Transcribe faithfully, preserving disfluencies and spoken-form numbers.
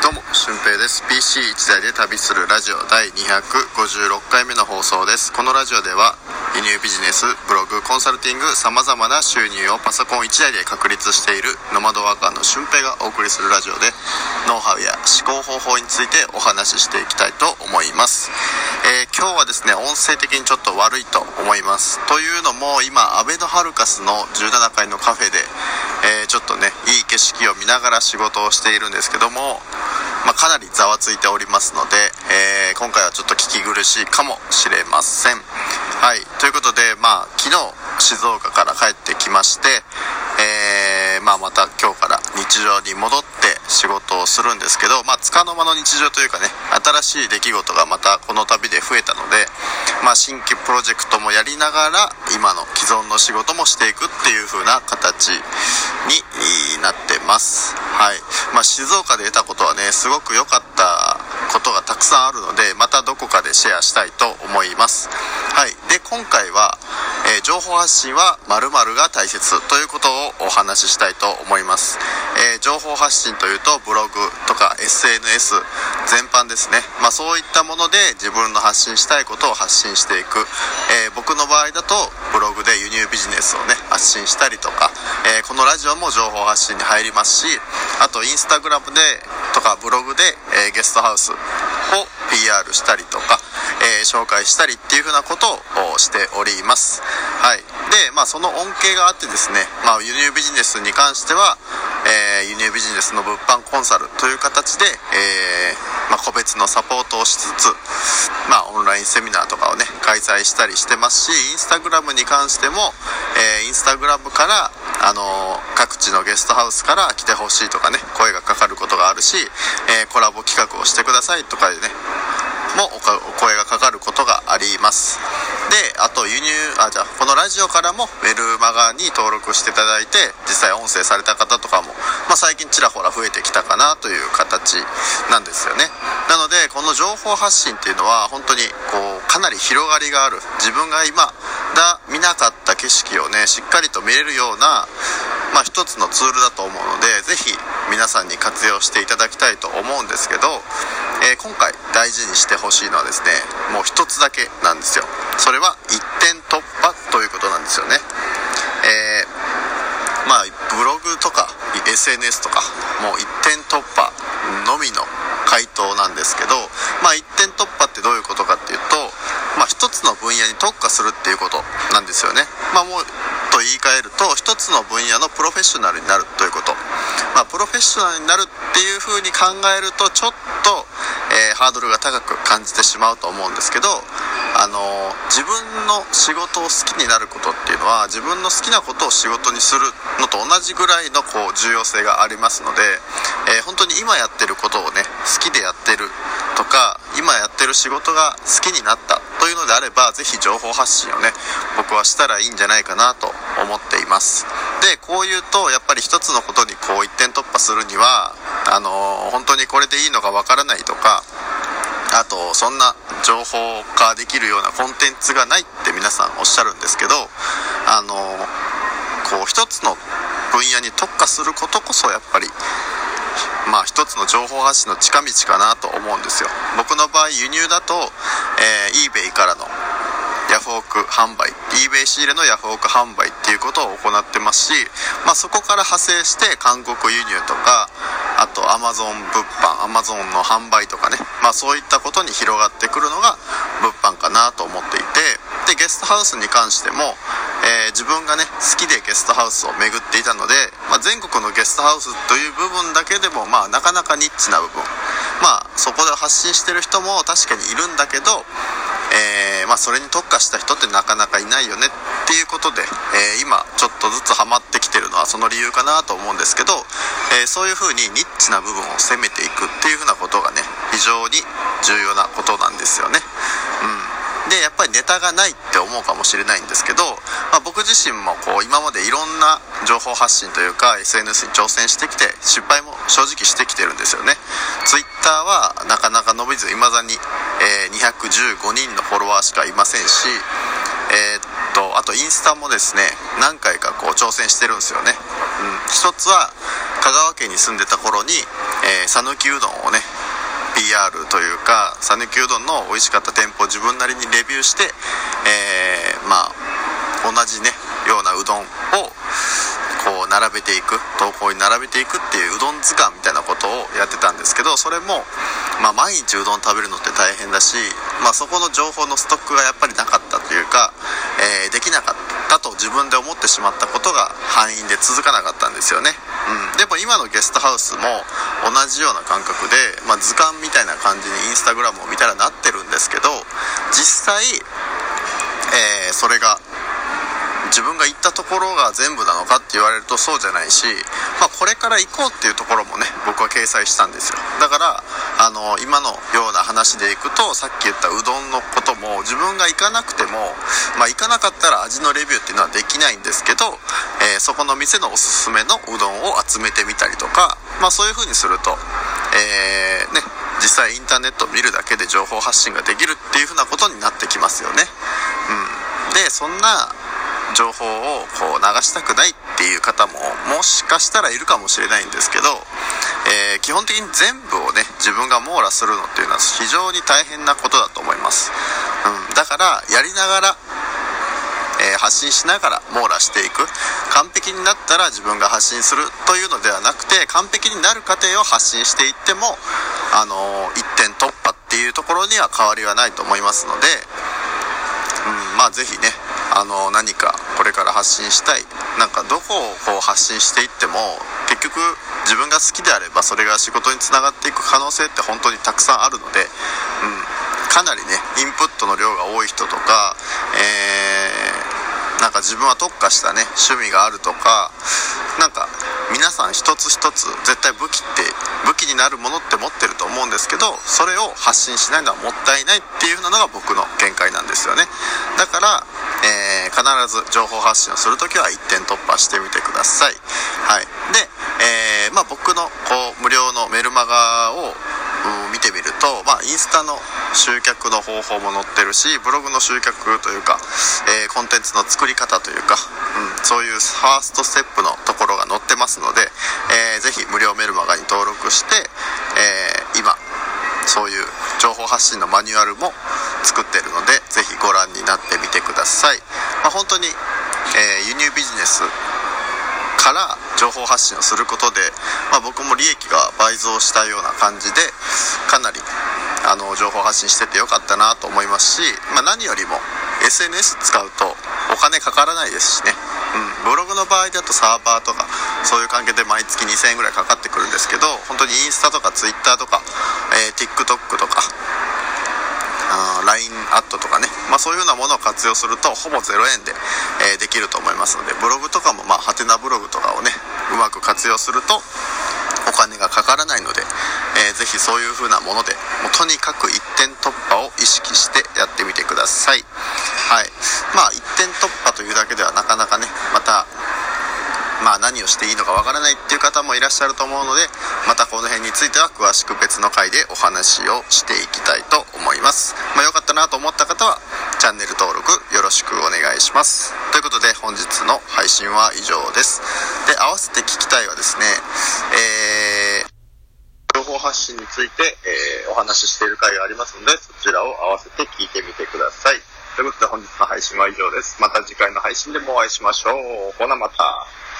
どうも、俊平です。 ピーシーいち 台で旅するラジオだいにひゃくごじゅうろっかいめの放送です。このラジオでは輸入ビジネス、ブログ、コンサルティング、様々な収入をパソコンいちだいで確立しているノマドワーカーの俊平がお送りするラジオで、ノウハウや思考方法についてお話ししていきたいと思います。えー、今日はですね、音声的にちょっと悪いと思います。というのも、今アベノハルカスのじゅうななかいのカフェで、えー、ちょっとねいい景色を見ながら仕事をしているんですけども、まあ、かなりざわついておりますので、えー、今回はちょっと聞き苦しいかもしれません。はい、ということで、まあ、昨日静岡から帰ってきまして、えーまあ、また今日から日常に戻って仕事をするんですけど、まあ、束の間の日常というかね、新しい出来事がまたこの旅で増えたので、まあ、新規プロジェクトもやりながら今の既存の仕事もしていくっていう風な形になってます。はい、まあ、静岡で得たことはね、すごく良かったことがたくさんあるので、またどこかでシェアしたいと思います。はい、で今回は、えー、情報発信は〇〇が大切ということをお話ししたいと思います。えー、情報発信というとブログとか エスエヌエス 全般ですね。まあ、そういったもので自分の発信したいことを発信していく、えー、僕の場合だとブログで輸入ビジネスをね発信したりとか、えー、このラジオも情報発信に入りますし、あとインスタグラムでとかブログで、えー、ゲストハウスを ピーアール したりとか、えー、紹介したりっていうふうなことをしております。はい、で、まあ、その恩恵があってですね、まあ、輸入ビジネスに関しては、えー、輸入ビジネスの物販コンサルという形で、えーまあ、個別のサポートをしつつ、まあ、オンラインセミナーとかをね開催したりしてますし、インスタグラムに関しても、えー、インスタグラムから、あのー、各地のゲストハウスから来てほしいとかね、声がかかることがあるし、えー、コラボ企画をしてくださいとかでねもお声がかかることがあります。で、あと輸入あじゃあこのラジオからもメルマガに登録していただいて実際音声された方とかも、まあ、最近ちらほら増えてきたかなという形なんですよね。なのでこの情報発信っていうのは本当にこうかなり広がりがある、自分が今だ見なかった景色をねしっかりと見れるような、まあ、一つのツールだと思うので、ぜひ皆さんに活用していただきたいと思うんですけど、えー、今回大事にしてほしいのはですね、もう一つだけなんですよ。それは一点突破ということなんですよね。えー、まあブログとか エスエヌエス とかもう一点突破のみの回答なんですけど、まあ一点突破ってどういうことかっていうと、まあ一つの分野に特化するっていうことなんですよね。まあもうと言い換えると、一つの分野のプロフェッショナルになるということ。まあプロフェッショナルになるっていう風に考えるとちょっと、えー、ハードルが高く感じてしまうと思うんですけど、あのー、自分の仕事を好きになることっていうのは、自分の好きなことを仕事にするのと同じぐらいのこう重要性がありますので、えー、本当に今やってることをね好きでやってるとか、今やってる仕事が好きになったというのであれば、ぜひ情報発信をね僕はしたらいいんじゃないかなと思っています。で、こういうとやっぱり一つのことにこう一点突破するには、あのー、本当にこれでいいのかわからないとか、あとそんな情報化できるようなコンテンツがないって皆さんおっしゃるんですけど、あのー、こう一つの分野に特化することこそやっぱりまあ一つの情報発信の近道かなと思うんですよ。僕の場合輸入だと、えー、eBay からのヤフオク販売、 eBay 仕入れのヤフオク販売っていうことを行ってますし、まあ、そこから派生して韓国輸入とか、あと Amazon 物販、Amazon の販売とかね、まあ、そういったことに広がってくるのが物販かなと思っていて、でゲストハウスに関しても、えー、自分がね好きでゲストハウスを巡っていたので、まあ、全国のゲストハウスという部分だけでも、まあ、なかなかニッチな部分、まあ、そこで発信してる人も確かにいるんだけど、えーまあ、それに特化した人ってなかなかいないよねっていうことで、えー、今ちょっとずつハマってきてるのはその理由かなと思うんですけど、えー、そういう風にニッチな部分を攻めていくっていう風なことがね非常に重要なことなんですよね。うん、でやっぱりネタがないって思うかもしれないんですけど、まあ、僕自身もこう今までいろんな情報発信というか エスエヌエス に挑戦してきて失敗も正直してきてるんですよね。ツイッターはなかなか伸びず、未だに、えー、にひゃくじゅうごにんのフォロワーしかいませんし、えー、っとあとインスタもですね何回かこう挑戦してるんですよね。うん、一つは香川県に住んでた頃に讃岐、えー、うどんをね ピーアール というか讃岐うどんの美味しかった店舗を自分なりにレビューして、えー、まあ同じねようなうどんをこう並べていく、投稿に並べていくっていううどん図鑑みたいなことをやってたんですけど、それも、まあ、毎日うどん食べるのって大変だし、まあ、そこの情報のストックがやっぱりなかったというか、えー、できなかったと自分で思ってしまったことが敗因で続かなかったんですよね、うん、でも今のゲストハウスも同じような感覚で、まあ、図鑑みたいな感じにインスタグラムを見たらなってるんですけど、実際、えー、それが自分が行ったところが全部なのかって言われるとそうじゃないし、まあ、これから行こうっていうところもね僕は掲載したんですよ。だからあの今のような話でいくと、さっき言ったうどんのことも自分が行かなくても、まあ、行かなかったら味のレビューっていうのはできないんですけど、えー、そこの店のおすすめのうどんを集めてみたりとか、まあ、そういう風にすると、えーね、実際インターネットを見るだけで情報発信ができるっていう風なことになってきますよね、うん、でそんな情報をこう流したくないっていう方ももしかしたらいるかもしれないんですけど、えー、基本的に全部をね自分が網羅するのっていうのは非常に大変なことだと思います、うん、だからやりながら、えー、発信しながら網羅していく、完璧になったら自分が発信するというのではなくて、完璧になる過程を発信していっても、あのー、一点突破っていうところには変わりはないと思いますので、うん、まあぜひねあの何かこれから発信したい、なんかどこをこう発信していっても結局自分が好きであればそれが仕事につながっていく可能性って本当にたくさんあるので、うん、かなりねインプットの量が多い人とか、えー、なんか自分は特化したね趣味があるとか、なんか皆さん一つ一つ絶対武器って武器になるものって持ってると思うんですけど、それを発信しないのはもったいないっていうのが僕の見解なんですよね。だから、えー、必ず情報発信をするときは一点突破してみてください。はい。で、えー、まあ僕のこう無料のメルマガを見てみると、まあ、インスタの集客の方法も載ってるし、ブログの集客というか、えー、コンテンツの作り方というか、うん、そういうファーストステップのところが載ってますので、えー、ぜひ無料メルマガに登録して、えー、今そういう情報発信のマニュアルも作ってるので、ぜひご覧になってみてください。まあ、本当に、えー、輸入ビジネスから情報発信をすることで、まあ、僕も利益が倍増したような感じで、かなりあの情報発信しててよかったなと思いますし、まあ、何よりも エスエヌエス 使うとお金かからないですしね、うん、ブログの場合だとサーバーとかそういう関係で毎月にせんえんぐらいかかってくるんですけど、本当にインスタとかツイッターとか、えー、TikTok とかライン アットとかね、まあ、そういうようなものを活用するとほぼゼロえんで、えー、できると思いますので、ブログとかもまあハテナブログとかをねうまく活用するとお金がかからないので、えー、ぜひそういう風なものでもうとにかく一点突破を意識してやってみてください。はい。まあ一点突破というだけではなかなかね、またまあ何をしていいのかわからないっていう方もいらっしゃると思うので、またこの辺については詳しく別の回でお話をしていきたいと思います。まあよかったなと思った方はチャンネル登録よろしくお願いします。ということで本日の配信は以上です。で、合わせて聞きたいはですね、えー、情報発信について、えー、お話ししている回がありますので、そちらを合わせて聞いてみてください。ということで本日の配信は以上です。また次回の配信でもお会いしましょう。ほなまた。